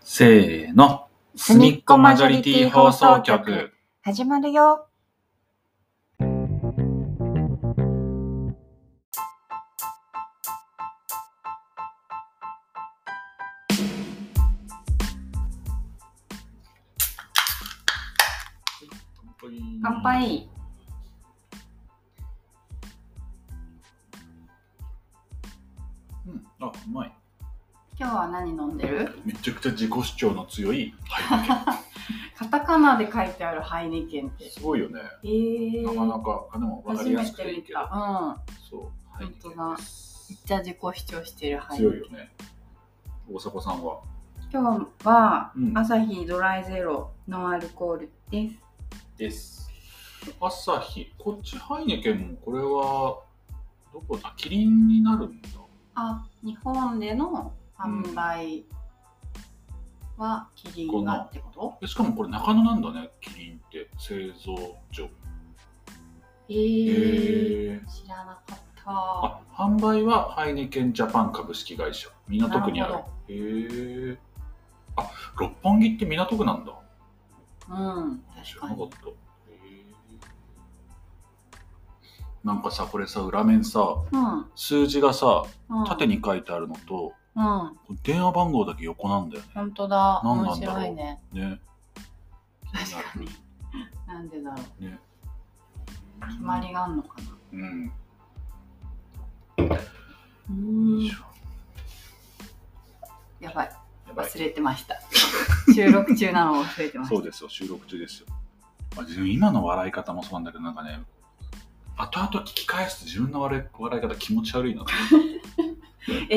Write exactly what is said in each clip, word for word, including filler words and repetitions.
せーの、すみっこマジョリティ放送局始まるよ。乾杯。 うん、あ、うまい。 今日は何飲んでる？ めちゃくちゃ自己主張の強いハイネケン。 カタカナで書いてあるハイネケンってすごいよね。 えー、 なかなか、あ、でも分かりやすくていいけど。 うん。 そう、ハイネケンです。 めっちゃ自己主張してるハイネケン。 強いよね。大迫さんは？ 今日は、 うん、 アサヒドライゼロノンアルコールです。 です。アサヒ、こっちハイネケンもこれはどこだ？キリンになるんだ。 あ、日本での販売はキリンがってこと？ しかもこれ中野なんだね、キリンって製造所。 えー、 えー、 知らなかった。 あ、販売はハイネケンジャパン株式会社港区にある。へー。あ、六本木って港区なんだ。 うん、 知らなかった。なんかさ、これさ、裏面さ、 うん、 数字がさ、 うん、 縦に書いてあるのと、 うん、 電話番号だけ横なんだよね。 本当だ。 なんなん面だろう白いね。 ね。 確かに。なんでだろう。 ね。 決まりがあんのかな。 うん。 うーん。 よいしょ。 やばい。 やばい。 忘れてました。収録中なのを忘れてました。 そうですよ、収録中ですよ。まあ、今の笑い方もそうなんだけど、なんかね、後々聞き返すと自分の笑い、笑い方気持ち悪いなと思って。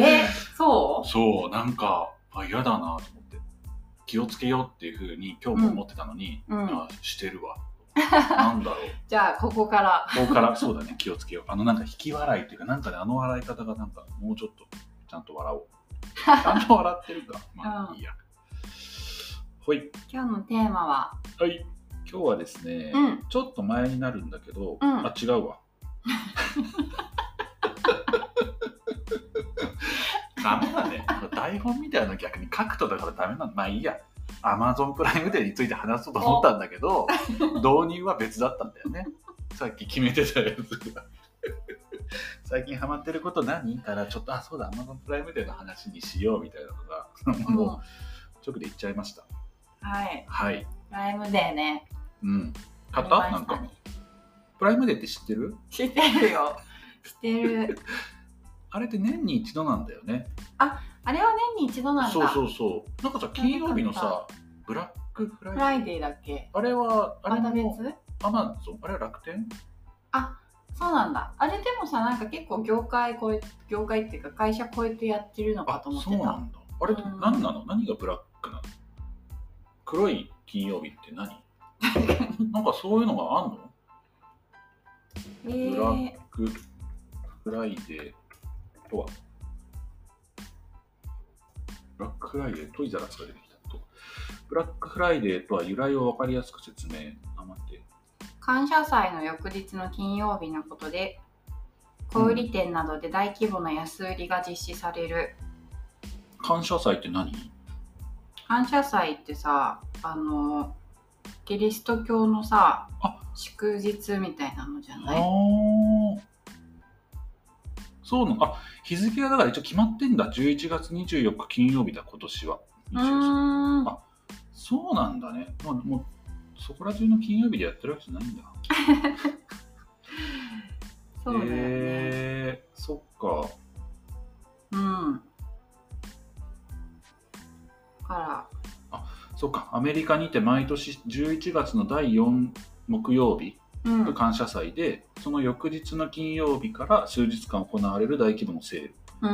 えー、そうそう、なんか、あ、嫌だなと思って。気をつけようっていう風に今日も思ってたのに、 うんうん、 あ、してるわ。なんだろう。 じゃあ、ここから。 ここから、そうだね、気をつけよう。あの、なんか引き笑いっていうか、なんかね、あの笑い方がなんか、もうちょっと、ちゃんと笑おう。ちゃんと笑ってるか。まあ、いいや。ほい。 今日のテーマは、 はい。今日はですね、うん、ちょっと前になるんだけど、うん、あ、違うわ。ダメだね。台本みたいなの逆に書くとだからダメなの。まあいいや。Amazon プライムデーについて話そうと思ったんだけど、導入は別だったんだよね。さっき決めてたやつが。最近ハマってること何からちょっと、あ、そうだ、Amazon プライムデーの話にしようみたいなのが、もう直で言っちゃいました。 はい。 はい。 プライムデーね。 うん。買った？なんか。プライムデーって知ってる？ 知ってるよ。知ってる。 あれって年に一度なんだよね。 あ、あれは年に一度なんだ。 そうそうそう。なんかさ、金曜日のさ、ブラックフライデー。 フライデーだっけ？ あれは、あれも別？ アマゾン？あれは楽天？ あ、そうなんだ。あれでもさ、なんか結構業界超え、業界っていうか会社超えてやってるのかと思ってた。 あ、そうなんだ。あれって何なの？何がブラックなの？黒い金曜日って何？なんかそういうのがあんの？ えー、 ブラックフライデーとは？ブラックフライデー、トイザらスが出てきたと。ブラックフライデーとは由来を分かりやすく説明。あ、待って。 感謝祭の翌日の金曜日のことで、小売店などで大規模な安売りが実施される。 うん、感謝祭って何？ 感謝祭ってさ、あのキリスト教のさ、祝日みたいなのじゃない？あー、そうなの。あ、日付がだから一応決まってんだ。じゅういちがつにじゅうよっか金曜日だ、今年は。 うーん。 あ、そうなんだね。もう、もうそこら中の金曜日でやってるわけじゃないんだ。 そうだよね。 えー、そっか。 うん。から。 あ、そっか。アメリカにて毎年じゅういちがつのだいよん木曜日が感謝祭で、うん、その翌日の金曜日から数日間行われる大規模なセール。 うんうん。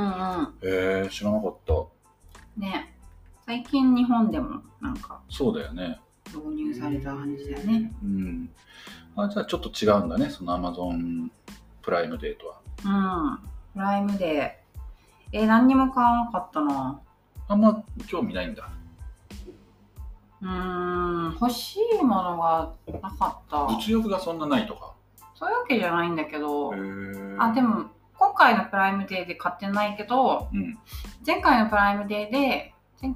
えー、知らなかった。 ね。最近日本でもなんか。 そうだよね。 導入された感じだよね。 うん。あ、じゃあちょっと違うんだね。その Amazon プライムデーとは。うん。プライムデー。えー、何にも買わなかったな。 あんま興味ないんだ。 うーん、欲しいものがなかった。 物欲がそんなないとか？ そういうわけじゃないんだけど。 へー。 あ、でも今回のプライムデーで買ってないけど、 うん、 前回のプライムデーで前回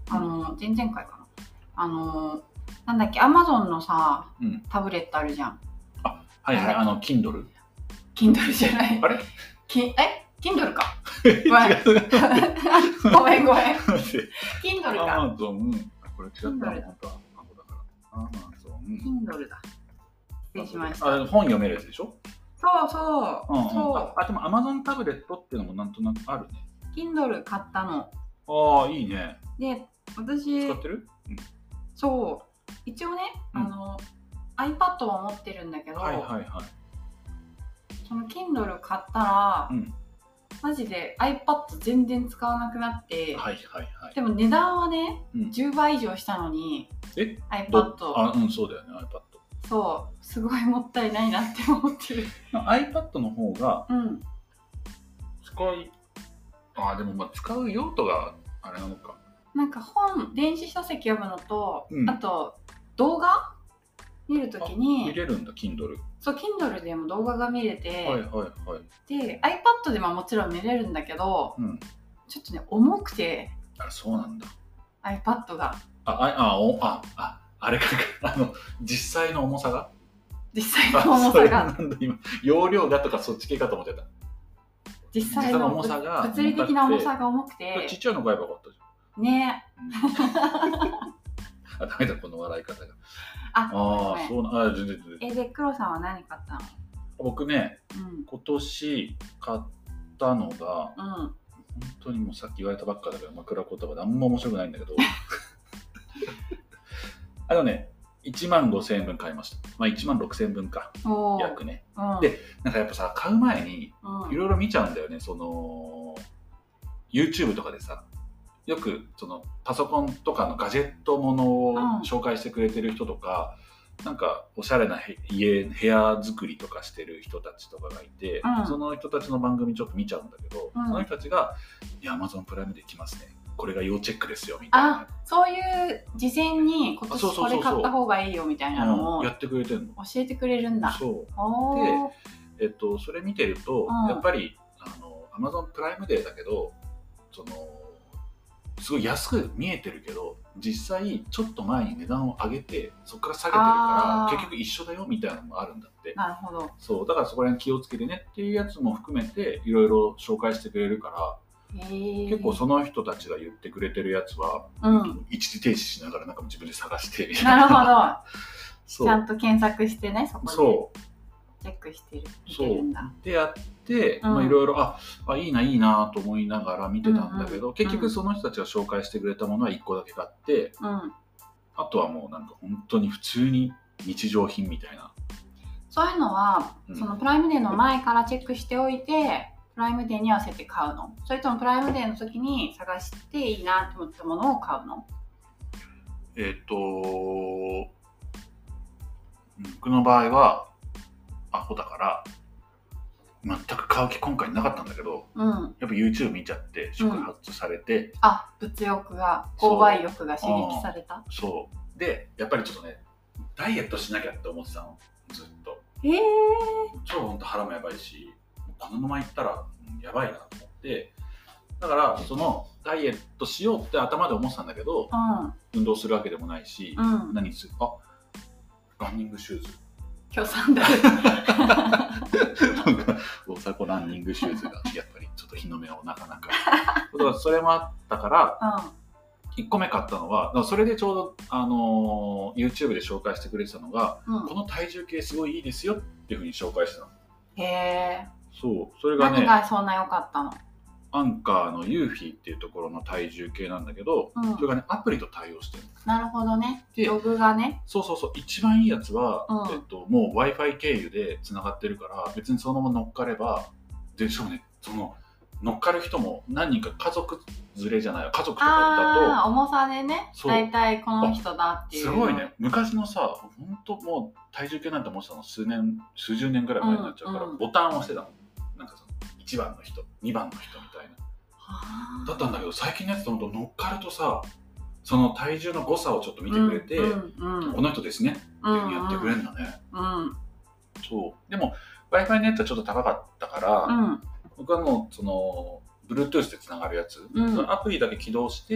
あの前々回かな、あのなんだっけ、アマゾンのさ、 うん、 タブレットあるじゃん。 あ、はいはい、あの Kindle。 Kindle じゃない。 あれ？ きえ Kindle か。 違うごめんごめん。 待って Kindle か。 アマゾン、これ違った。 Kindle だ。 本当はアマゾンだから。アマゾン。 Kindle だ。失礼しました。 あ、本読めるやつでしょ？ そうそう。 うんうん、 そう。 あ、あでも Amazon タブレットっていうのもなんとなくあるね。 Kindle 買ったの。 ああ、いいね。 で、私、 使ってる？うん、 そう。一応ね、 うん、 あの iPad は持ってるんだけど、 はいはいはい。 その Kindle 買ったら、うん、マジで iPad 全然使わなくなって、 はいはいはい。でも値段はね、うん、じゅうばい以上したのに、 え iPad。 あ、うん、そうだよね、iPad。 そう、すごいもったいないなって思ってる。 iPad の方が、 うん、 使い、あ、でもまあ使う用途があれなのか。 なんか本、電子書籍読むのと、うん、あと動画見るときに見れるんだ、Kindle。 そう、Kindle でも動画が見れて、 はいはいはい。 で、iPad でももちろん見れるんだけど、うん、ちょっとね、重くて。 あ、そうなんだ。 iPad が。 あ、あ、あ、お、あ、あ、あれか、あの、実際の重さが実際の重さが。 なんだ今、容量がとかそっち系かと思ってた。 実際の重さが。物理的な重さが重くて。 ちっちゃいの買えばよかったじゃん。 ねあ、ダメだ、この笑い方が。 あ、 ああ、そうな、あ、全然全然。え、で、黒さんは何買ったの？ 僕ね、うん、今年買ったのが、うん、本当にもうさっき言われたばっかだけど、枕言葉であんま面白くないんだけど、あのね、いちまんごせんえんぶん買いました。まあいちまんろくせんぶんか、約ね、うん。で、なんかやっぱさ、買う前にいろいろ見ちゃうんだよね、その、YouTube とかでさ、よくそのパソコンとかのガジェットものを紹介してくれてる人とか、うん、なんかおしゃれな家部屋作りとかしてる人たちとかがいて、うん、その人たちの番組ちょっと見ちゃうんだけど、うん、その人たちが「いや Amazon プライムで来ますね、これが要チェックですよ」みたいな、あ、そういう事前に今年これ買った方がいいよみたいなのをやってくれてるの、教えてくれるんだ。そうで、えっと、それ見てると、うん、やっぱりあの Amazon プライムデーだけど、そのすごい安く見えてるけど、実際ちょっと前に値段を上げてそこから下げてるから結局一緒だよみたいなのがあるんだって。なるほど。そうだからそこら辺気をつけてねっていうやつも含めていろいろ紹介してくれるから、結構その人たちが言ってくれてるやつは、うん、一時停止しながらなんか自分で探してみたいな。なるほど。そうちゃんと検索してね、そこでそうチェックしてる見てるんだ。そうでやっていろいろああいいないいなと思いながら見てたんだけど、うんうん、結局その人たちが紹介してくれたものはいっこだけ買って、うん、あとはもうなんか本当に普通に日常品みたいな。そういうのは、うん、そのプライムデーの前からチェックしておいてプライムデーに合わせて買うの？それともプライムデーの時に探していいなと思ったものを買うの？えっと僕の場合はアホだから全く買う気今回なかったんだけど、うん、やっぱ YouTube 見ちゃって触発されて、うん、あ、物欲が購買欲が刺激された。そう、そうでやっぱりちょっとねダイエットしなきゃって思ってたのずっと。へえ。超ほんと腹もやばいしこのままいったら、うん、やばいなと思って、だからそのダイエットしようって頭で思ってたんだけど、うん、運動するわけでもないし、うん、何する、あ、ランニングシューズ今日サンダル大迫ランニングシューズがやっぱりちょっと日の目をなかなかだからそれもあったから、うん、いっこめ買ったのはそれでちょうど、あのー、YouTube で紹介してくれてたのが、うん、この体重計すごいいいですよっていうふうに紹介してたの。へえ。そうそれがね、何がそんな良かったの？アンカーのユーフィーっていうところの体重計なんだけど、うん、それがねアプリと対応してる。なるほどね。ログがね。そうそうそう。一番いいやつは、うん、えっと、もう Wi-Fi 経由でつながってるから別にそのまま乗っかれば、でしょうね。その乗っかる人も何人か家族連れじゃない家族とかだと重さでね、大体この人だっていう。すごいね。昔のさ、本当もう体重計なんて思ってたの数年数十年ぐらい前になっちゃうから、うんうん、ボタンを押してたの。なんかそのいちばんの人にばんの人みたいなだったんだけど、最近のやつと本当乗っかるとさ、その体重の誤差をちょっと見てくれて、うんうんうん、この人ですねっていうふうにやってくれるんだね。うんうん、そうでも Wi-Fi のやつはちょっと高かったから、うん、僕はもうその Bluetooth でつながるやつ、うん、アプリだけ起動して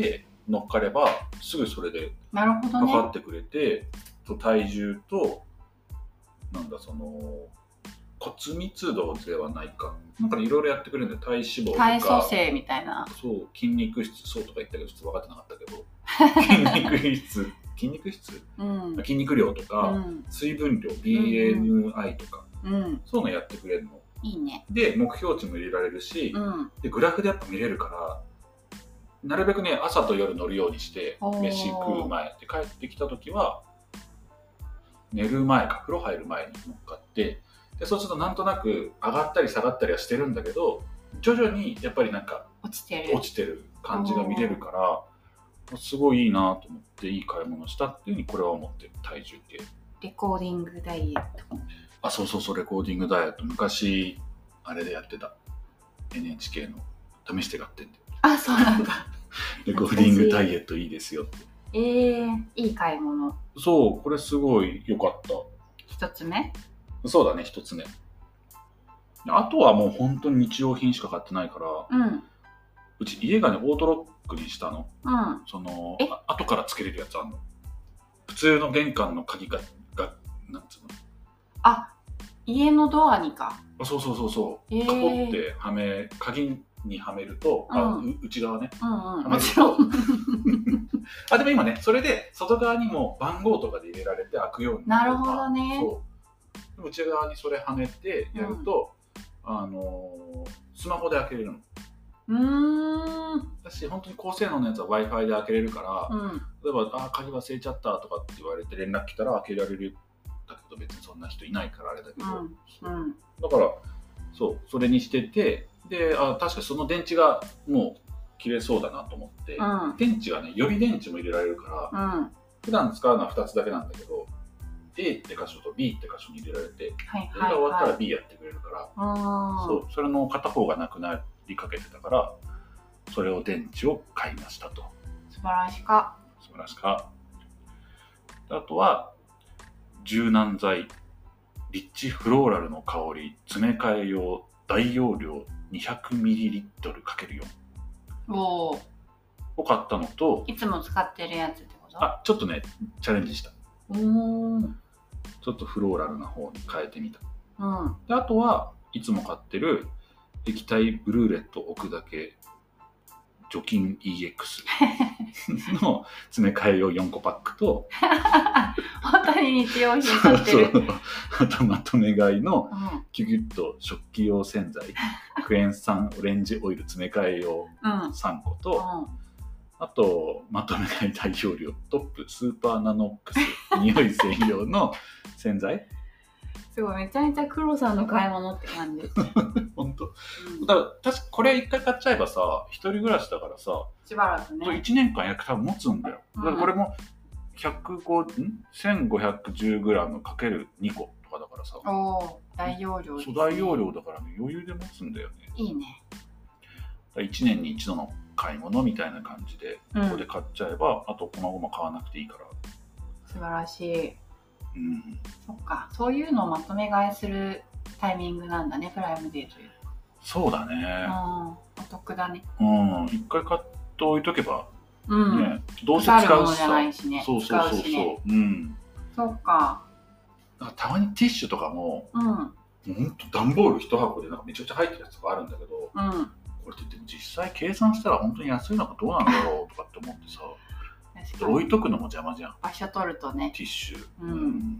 乗っかればすぐそれでなるほどね。 測ってくれて、と体重となんだその骨密度ではないか、なんかいろいろやってくれるんで、体脂肪とか体組成みたいな。 そう筋肉質そうとか言ったけどちょっと分かってなかったけど筋肉質筋肉質、 うん、 筋肉量とか、 うん、 水分量 ビーエムアイ とか、 うん、 そういうのやってくれるのいいね。 で目標値も入れられるし、 うん、 でグラフでやっぱ見れるからなるべくね朝と夜乗るようにして飯食う前で帰ってきた時は寝る前か風呂入る前に乗っかって、でそうするとなんとなく上がったり下がったりはしてるんだけど徐々にやっぱりなんか落ちてる落ちてる感じが見れるからすごいいいなと思っていい買い物したっていうふうにこれは思ってる。体重計レコーディングダイエット。 あそうそうそうレコーディングダイエット昔あれでやってた エヌエイチケー の試して買ってんであそうなんだレコーディングダイエットいいですよって。 えー、いい買い物。 そうこれすごい良かった。 一つ目そうだね一つ目。あとはもう本当に日用品しか買ってないから、 うん、 うち家がねオートロックにしたの、 うん、 そのえあ後からつけれるやつあるの。普通の玄関の鍵ががなんつうのあ家のドアにか。 あそうそうそうそう、 えー、 カポってはめ鍵にはめると、 うん、 あう内側ね、 うんうん、 はめるとあでも今ねそれで外側にも番号とかで入れられて開くようになるほどね。 そう内側にそれはめてやると、うん、あのスマホで開けれるの。 うーんだし本当に高性能のやつは Wi-Fi で開けれるから、 うん、 例えばあ鍵忘れちゃったとかって言われて連絡来たら開けられるだけど別にそんな人いないからあれだけど、 うんうん、 だからそうそれにしててであ確かその電池がもう切れそうだなと思って、 うん、 電池がね予備電池も入れられるから、 うん、 普段使うのはふたつだけなんだけど A って箇所と B って箇所に入れられて、 はいはいはい、 それが終わったら B やってくれるから、そうそれの片方がなくなりかけてたからそれを電池を買いましたと。 素晴らしか素晴らしか。あとは柔軟剤リッチフローラルの香り詰め替え用大容量 にひゃくミリリットルかけるよんおを買ったのと、 いつも使ってるやつってこと？ あちょっとねチャレンジした。 おーちょっとフローラルな方に変えてみた、 うん、 であとはいつも買ってる液体ブルーレット置くだけ除菌 イーエックス の詰め替え用よんこパックと本当に日用品買ってる。 そうあとまとめ買いのうんキュキュッと食器用洗剤クエン酸オレンジオイル詰め替え用うんさんこと、 うん、 あとまとめ買い大容量トップスーパーナノックス匂い専用の洗剤すごいめちゃめちゃ黒さんの買い物って感じ。 本当、 うん、 だから確かこれ一回買っちゃえばさ一人暮らしだからさしばらくねいちねんかん約多分持つんだよ、 うん、 だからこれもひゃくごんせんごひゃくじゅうグラムかけるにことかだからさ、 お大容量ですね。 そう大容量だからね余裕で持つんだよね。 いいね。 いちねんに一度の買い物みたいな感じで、 うん、 ここで買っちゃえばあとこまごま買わなくていいから。 素晴らしい。 うん、 そっかそういうのをまとめ買いするタイミングなんだねプライムデーという。 そうだね。 うんお得だね。 うん一回買っておいとけば、 うんね、どうせ使うしさ。 腐るものじゃないしね。 そうそうそうそう。 ね、 うん。 そうか。 たまにティッシュとかも、 うん、 ほんと段ボール一箱でなんかめちゃくちゃ入ってるやつとかあるんだけど、 うん、 これってでも実際計算したら本当に安いのかどうなんだろうとかって思ってさ、置いとくのも邪魔じゃん。 場所取るとね。 ティッシュ。 うん。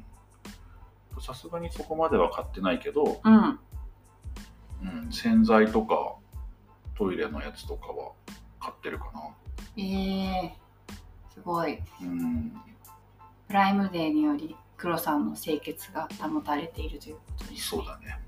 さすがにそこまでは買ってないけど、 うん、 うん、洗剤とかトイレのやつとかは買ってるかな。 えー、すごい。 うん。 プライムデーにより黒さんの清潔が保たれているということですね。 そうだね。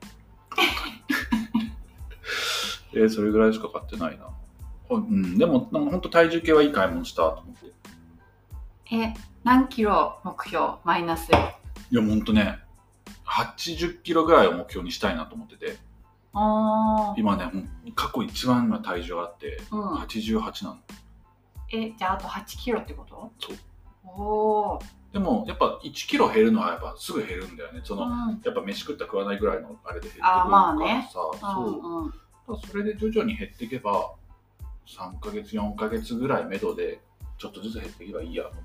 えー、それぐらいしか買ってないな。うん、でもなんか本当体重計はいい買い物したと思って。 え、何キロ目標マイナス？ いや、ほんとね、はちじゅっキロぐらいを目標にしたいなと思ってて。 あ今ね、過去一番の体重があって、 うん、 はちじゅうはちなの。 え、じゃああとはちキロってこと？ そう。 おー。 でもやっぱいちキロ減るのはやっぱすぐ減るんだよね。その、 うん、 やっぱ飯食った食わないぐらいのあれで減ってくるからさ、 あ、まあね、 そう、 うんうん、 それで徐々に減っていけばさんかげつよんかげつぐらい目処でちょっとずつ減っていけばいいやと思って。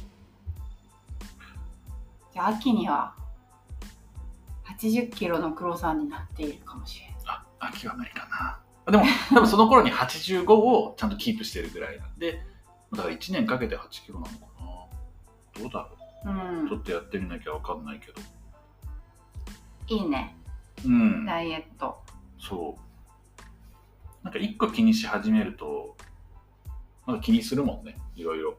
じゃあ秋にははちじゅっキロの黒さんになっているかもしれない。 あ、秋は無理かな。でも多分その頃にはちじゅうごをちゃんとキープしてるぐらいなんで、だからいちねんかけてはちキロなのかな。どうだろう、うん、ちょっとやってみなきゃ分かんないけど。 いいね、 うん、 ダイエット。 そう、なんか一個気にし始めるとなんか気にするもんね、いろいろ。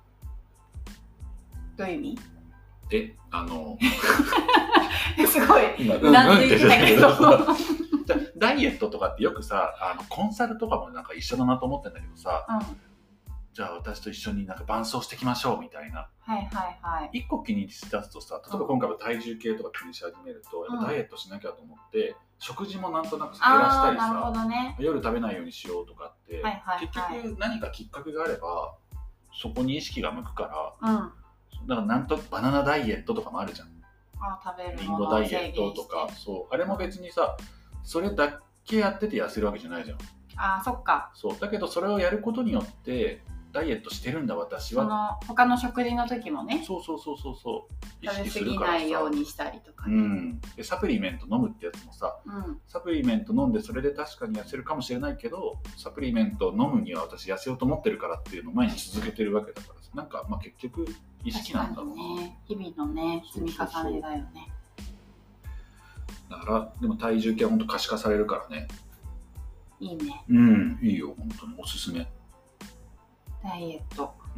どういう意味？ え、あのすごい今うなずいてたけどダイエットとかってよくさ、あのコンサルとかもなんか一緒だなと思ってんだけどさ、うん、じゃあ私と一緒になんか伴走していきましょうみたいな。 はいはいはい。 一個気にしだすとさ、例えば今回は体重計とか気にし始めると、うん、やっぱダイエットしなきゃと思って、食事もなんとなく減らしたりさ、 なるほどね、 夜食べないようにしようとかって、 はいはいはい、 結局何かきっかけがあればそこに意識が向くから、うん、だからなんとバナナダイエットとかもあるじゃん。 あ、食べるリンゴダイエットとか、そうあれも別にさ、それだけやってて痩せるわけじゃないじゃん。 あ、そっか。 そうだけどそれをやることによってダイエットしてるんだ私は。 その他の食事の時もね。 そうそうそうそうそう。 食べ過ぎないようにしたりとかね。 うん。でサプリメント飲むってやつもさ、うん、サプリメント飲んでそれで確かに痩せるかもしれないけど、サプリメント飲むには私痩せようと思ってるからっていうのを毎日続けてるわけだからさ、なんかまあ結局意識なんだろうな。 ね、日々のね積み重ねだよね。 だからでも体重計は本当可視化されるからね。 いいね。 うん、いいよ本当におすすめ。 ダイエット。 うん。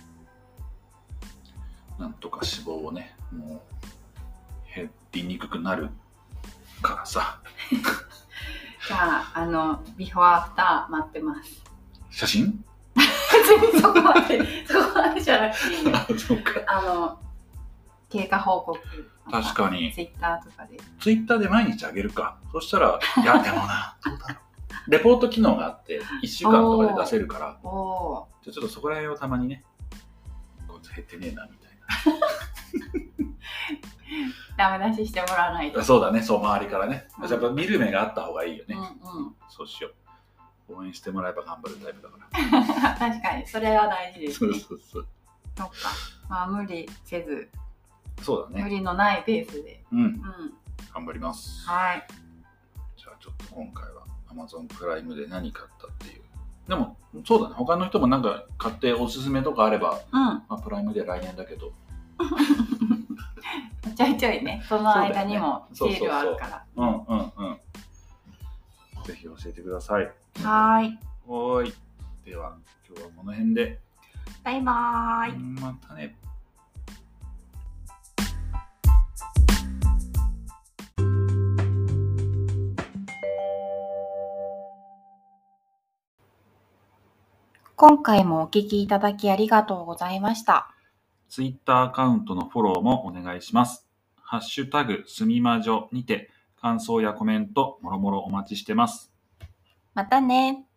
なんとか脂肪をね、もう減りにくくなるからさ。 じゃあ、あのビフォーアフター待ってます。 写真？ 別にそこまでそこまでじゃなくていいよ。 あ、そうか。 あの経過報告。 確かに。 ツイッターとかで。 ツイッターで毎日あげるか。そしたら、いやでもな、どうだろう。レポート機能があっていっしゅうかんとかで出せるから、おじゃあちょっとそこら辺をたまにね、こいつ減ってねえなみたいな。ダメ出ししてもらわないと。 そうだね、そう周りからね、うん、やっぱ見る目があった方がいいよね。 うんうん、 そうしよう。応援してもらえば頑張るタイプだから。 確かにそれは大事ですね。 そうそうそう。 そっか。まあ無理せず。 そうだね。 無理のないペースで。 うん。うん、頑張ります。 はい。 じゃあちょっと今回はAmazon プライムで何買ったっていう。でもそうだね、他の人もなんか買っておすすめとかあれば、うん、まあ、プライムで来年だけどちょいちょいね、その間にもセールはあるから。 うんうんうん。ぜひ教えてください。 はい。 はい。では今日はこの辺で。 バイバーイ。 またね。 今回もお聞きいただきありがとうございました。 ツイッターアカウントのフォローもお願いします。ハッシュタグすみまじょにて感想やコメントもろもろお待ちしてます。 またね。